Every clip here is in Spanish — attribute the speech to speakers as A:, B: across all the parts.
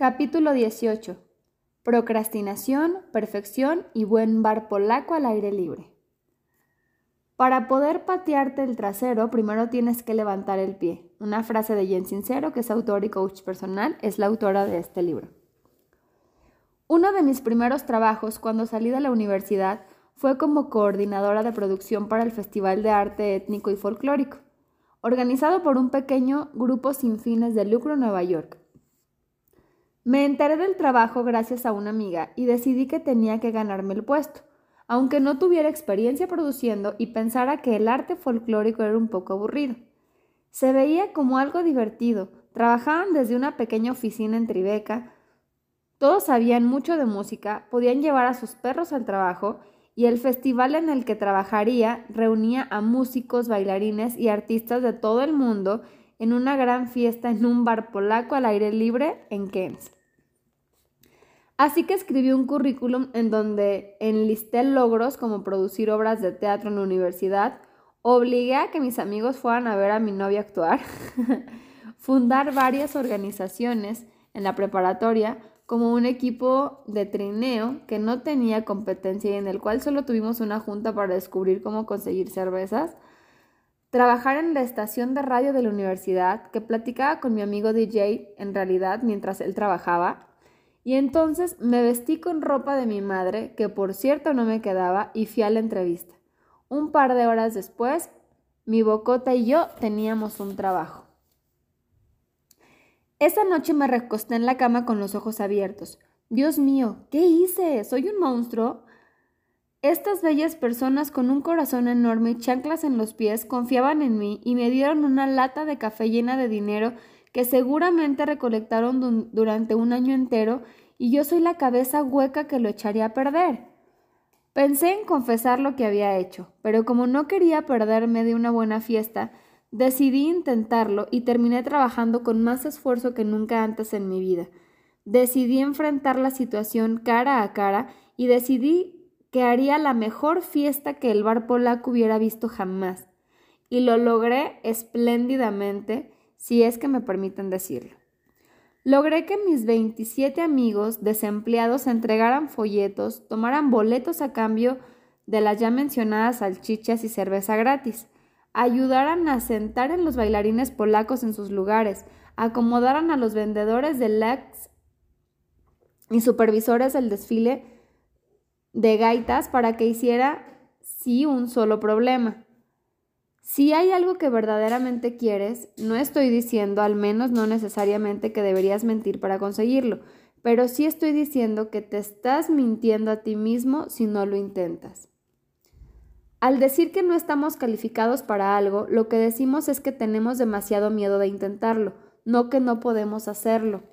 A: Capítulo 18. Procrastinación, perfección y buen bar polaco al aire libre. Para poder patearte el trasero, primero tienes que levantar el pie. Una frase de Jen Sincero, que es autor y coach personal, es la autora de este libro. Uno de mis primeros trabajos cuando salí de la universidad fue como coordinadora de producción para el Festival de Arte Étnico y Folclórico, organizado por un pequeño grupo sin fines de lucro en Nueva York. Me enteré del trabajo gracias a una amiga y decidí que tenía que ganarme el puesto, aunque no tuviera experiencia produciendo y pensara que el arte folclórico era un poco aburrido. Se veía como algo divertido, trabajaban desde una pequeña oficina en Tribeca, todos sabían mucho de música, podían llevar a sus perros al trabajo y el festival en el que trabajaría reunía a músicos, bailarines y artistas de todo el mundo en una gran fiesta en un bar polaco al aire libre en Queens. Así que escribí un currículum en donde enlisté logros como producir obras de teatro en la universidad, obligué a que mis amigos fueran a ver a mi novia actuar, fundar varias organizaciones en la preparatoria, como un equipo de trineo que no tenía competencia y en el cual solo tuvimos una junta para descubrir cómo conseguir cervezas, trabajar en la estación de radio de la universidad, que platicaba con mi amigo DJ en realidad mientras él trabajaba, y entonces me vestí con ropa de mi madre, que por cierto no me quedaba, y fui a la entrevista. Un par de horas después, mi bocota y yo teníamos un trabajo. Esa noche me recosté en la cama con los ojos abiertos. Dios mío, ¿qué hice? ¿Soy un monstruo? Estas bellas personas con un corazón enorme y chanclas en los pies confiaban en mí y me dieron una lata de café llena de dinero que seguramente recolectaron durante un año entero y yo soy la cabeza hueca que lo echaría a perder. Pensé en confesar lo que había hecho, pero como no quería perderme de una buena fiesta, decidí intentarlo y terminé trabajando con más esfuerzo que nunca antes en mi vida. Decidí enfrentar la situación cara a cara y decidí que haría la mejor fiesta que el bar polaco hubiera visto jamás. Y lo logré espléndidamente, si es que me permiten decirlo. Logré que mis 27 amigos desempleados entregaran folletos, tomaran boletos a cambio de las ya mencionadas salchichas y cerveza gratis, ayudaran a sentar en los bailarines polacos en sus lugares, acomodaran a los vendedores de LEDs y supervisores del desfile de gaitas para que hiciera sí un solo problema. Si hay algo que verdaderamente quieres, no estoy diciendo, al menos no necesariamente, que deberías mentir para conseguirlo, pero sí estoy diciendo que te estás mintiendo a ti mismo si no lo intentas. Al decir que no estamos calificados para algo, lo que decimos es que tenemos demasiado miedo de intentarlo, no que no podemos hacerlo.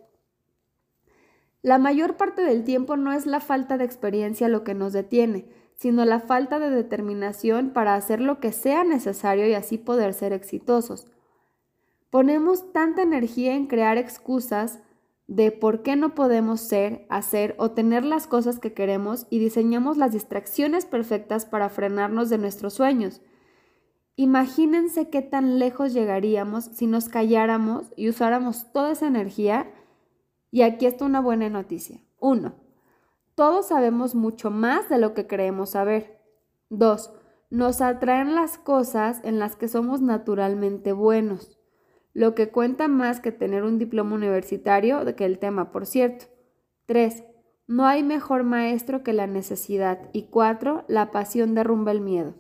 A: La mayor parte del tiempo no es la falta de experiencia lo que nos detiene, sino la falta de determinación para hacer lo que sea necesario y así poder ser exitosos. Ponemos tanta energía en crear excusas de por qué no podemos ser, hacer o tener las cosas que queremos y diseñamos las distracciones perfectas para frenarnos de nuestros sueños. Imagínense qué tan lejos llegaríamos si nos calláramos y usáramos toda esa energía. Y aquí está una buena noticia. 1. Todos sabemos mucho más de lo que creemos saber. 2. Nos atraen las cosas en las que somos naturalmente buenos, lo que cuenta más que tener un diploma universitario que el tema, por cierto. 3. No hay mejor maestro que la necesidad. Y 4. La pasión derrumba el miedo.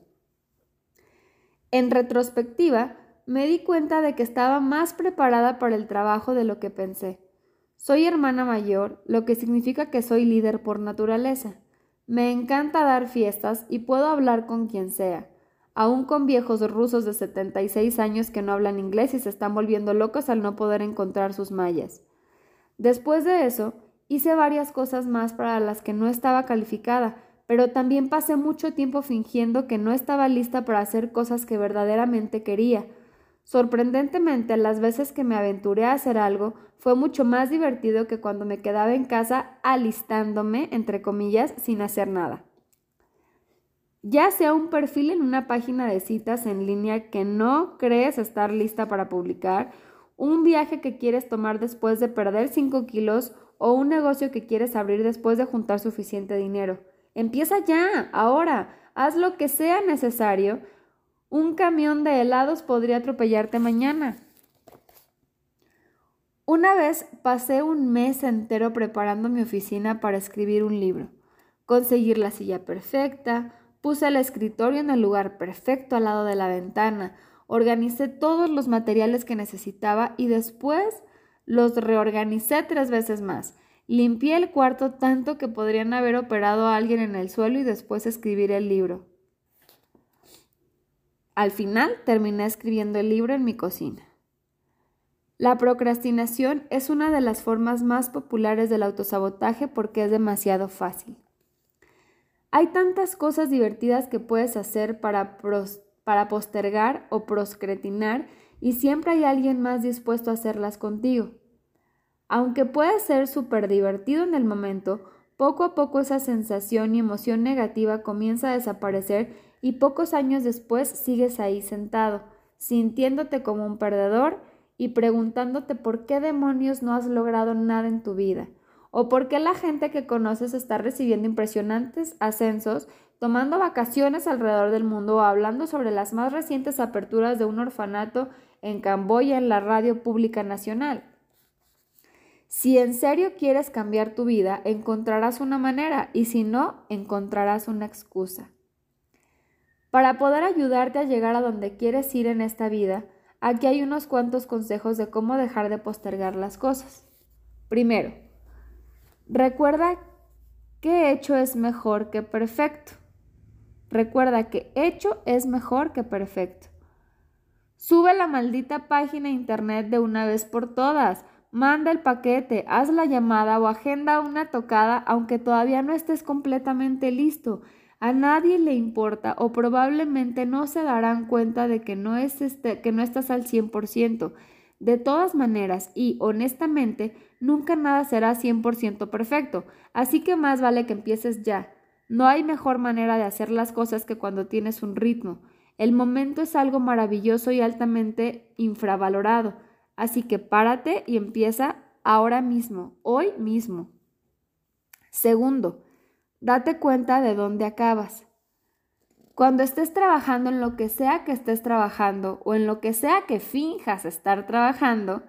A: En retrospectiva, me di cuenta de que estaba más preparada para el trabajo de lo que pensé. Soy hermana mayor, lo que significa que soy líder por naturaleza. Me encanta dar fiestas y puedo hablar con quien sea, aún con viejos rusos de 76 años que no hablan inglés y se están volviendo locos al no poder encontrar sus mallas. Después de eso, hice varias cosas más para las que no estaba calificada, pero también pasé mucho tiempo fingiendo que no estaba lista para hacer cosas que verdaderamente quería. Sorprendentemente, las veces que me aventuré a hacer algo, fue mucho más divertido que cuando me quedaba en casa alistándome, entre comillas, sin hacer nada. Ya sea un perfil en una página de citas en línea que no crees estar lista para publicar, un viaje que quieres tomar después de perder 5 kilos o un negocio que quieres abrir después de juntar suficiente dinero. Empieza ya, ahora, haz lo que sea necesario. Un camión de helados podría atropellarte mañana. Una vez pasé un mes entero preparando mi oficina para escribir un libro. Conseguir la silla perfecta, puse el escritorio en el lugar perfecto al lado de la ventana, organicé todos los materiales que necesitaba y después los reorganicé 3 veces más. Limpié el cuarto tanto que podrían haber operado a alguien en el suelo y después escribir el libro. Al final terminé escribiendo el libro en mi cocina. La procrastinación es una de las formas más populares del autosabotaje porque es demasiado fácil. Hay tantas cosas divertidas que puedes hacer para postergar o procrastinar y siempre hay alguien más dispuesto a hacerlas contigo. Aunque puede ser súper divertido en el momento, poco a poco esa sensación y emoción negativa comienza a desaparecer y pocos años después sigues ahí sentado, sintiéndote como un perdedor y preguntándote por qué demonios no has logrado nada en tu vida, o por qué la gente que conoces está recibiendo impresionantes ascensos, tomando vacaciones alrededor del mundo o hablando sobre las más recientes aperturas de un orfanato en Camboya en la radio pública nacional. Si en serio quieres cambiar tu vida, encontrarás una manera y si no, encontrarás una excusa. Para poder ayudarte a llegar a donde quieres ir en esta vida, aquí hay unos cuantos consejos de cómo dejar de postergar las cosas. Primero, recuerda que hecho es mejor que perfecto. Recuerda que hecho es mejor que perfecto. Sube la maldita página de internet de una vez por todas. Manda el paquete, haz la llamada o agenda una tocada aunque todavía no estés completamente listo. A nadie le importa o probablemente no se darán cuenta de que no estás al 100%. De todas maneras y honestamente, nunca nada será 100% perfecto, así que más vale que empieces ya. No hay mejor manera de hacer las cosas que cuando tienes un ritmo. El momento es algo maravilloso y altamente infravalorado, así que párate y empieza ahora mismo, hoy mismo. Segundo, date cuenta de dónde acabas. Cuando estés trabajando en lo que sea que estés trabajando o en lo que sea que finjas estar trabajando,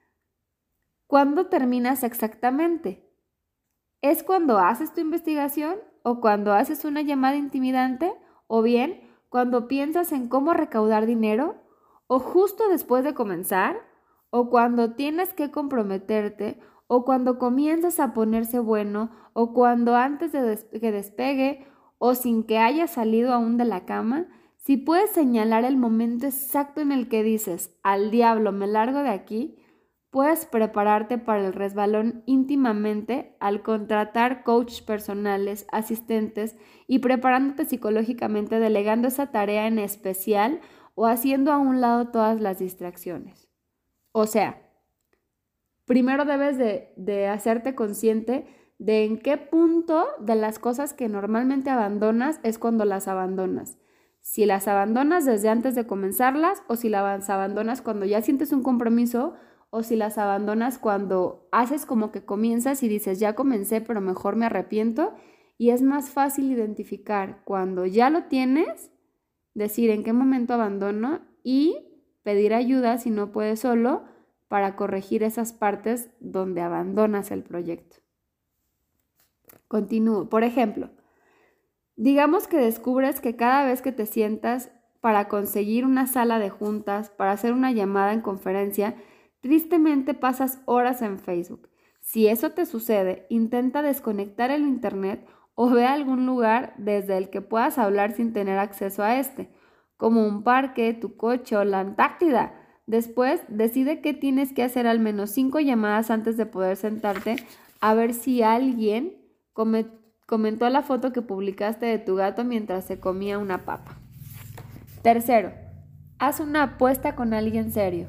A: ¿cuándo terminas exactamente? ¿Es cuando haces tu investigación o cuando haces una llamada intimidante o bien cuando piensas en cómo recaudar dinero o justo después de comenzar o cuando tienes que comprometerte o cuando comienzas a ponerse bueno o cuando antes de que despegue o sin que hayas salido aún de la cama? Si puedes señalar el momento exacto en el que dices, al diablo, me largo de aquí, puedes prepararte para el resbalón íntimamente al contratar coaches personales, asistentes y preparándote psicológicamente delegando esa tarea en especial o haciendo a un lado todas las distracciones. O sea, primero debes de hacerte consciente de en qué punto de las cosas que normalmente abandonas es cuando las abandonas. Si las abandonas desde antes de comenzarlas o si las abandonas cuando ya sientes un compromiso o si las abandonas cuando haces como que comienzas y dices ya comencé pero mejor me arrepiento y es más fácil identificar cuando ya lo tienes, decir en qué momento abandono y pedir ayuda si no puedes solo para corregir esas partes donde abandonas el proyecto. Continúo. Por ejemplo, digamos que descubres que cada vez que te sientas para conseguir una sala de juntas, para hacer una llamada en conferencia, tristemente pasas horas en Facebook. Si eso te sucede, intenta desconectar el internet o ve a algún lugar desde el que puedas hablar sin tener acceso a este, como un parque, tu coche o la Antártida. Después, decide que tienes que hacer al menos 5 llamadas antes de poder sentarte a ver si alguien comentó la foto que publicaste de tu gato mientras se comía una papa. Tercero, haz una apuesta con alguien serio.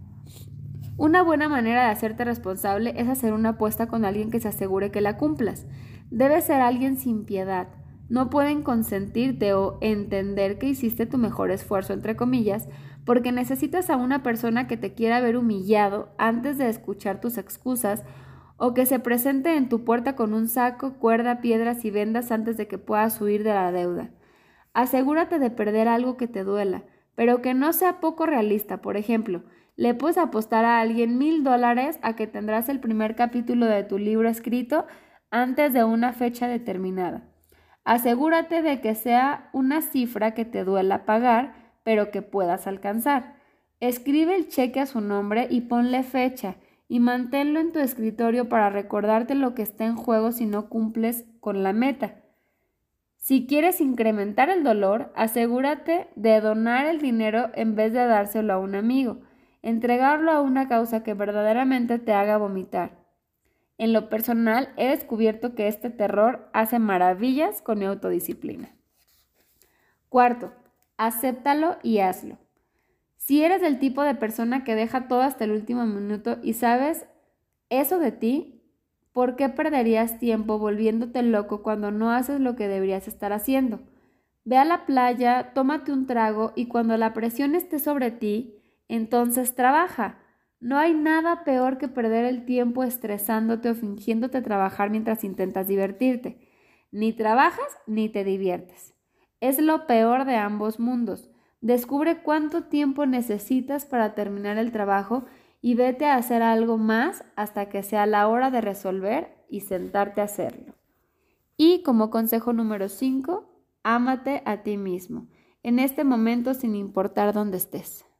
A: Una buena manera de hacerte responsable es hacer una apuesta con alguien que se asegure que la cumplas. Debe ser alguien sin piedad. No pueden consentirte o entender que hiciste tu mejor esfuerzo, entre comillas, porque necesitas a una persona que te quiera ver humillado antes de escuchar tus excusas o que se presente en tu puerta con un saco, cuerda, piedras y vendas antes de que puedas huir de la deuda. Asegúrate de perder algo que te duela, pero que no sea poco realista. Por ejemplo, le puedes apostar a alguien $1,000 a que tendrás el primer capítulo de tu libro escrito antes de una fecha determinada. Asegúrate de que sea una cifra que te duela pagar, pero que puedas alcanzar. Escribe el cheque a su nombre y ponle fecha, y manténlo en tu escritorio para recordarte lo que está en juego si no cumples con la meta. Si quieres incrementar el dolor, asegúrate de donar el dinero en vez de dárselo a un amigo, entregarlo a una causa que verdaderamente te haga vomitar. En lo personal, he descubierto que este terror hace maravillas con mi autodisciplina. Cuarto, acéptalo y hazlo. Si eres del tipo de persona que deja todo hasta el último minuto y sabes eso de ti, ¿por qué perderías tiempo volviéndote loco cuando no haces lo que deberías estar haciendo? Ve a la playa, tómate un trago y cuando la presión esté sobre ti, entonces trabaja. No hay nada peor que perder el tiempo estresándote o fingiéndote trabajar mientras intentas divertirte. Ni trabajas ni te diviertes. Es lo peor de ambos mundos. Descubre cuánto tiempo necesitas para terminar el trabajo y vete a hacer algo más hasta que sea la hora de resolver y sentarte a hacerlo. Y como consejo número 5, ámate a ti mismo, en este momento sin importar dónde estés.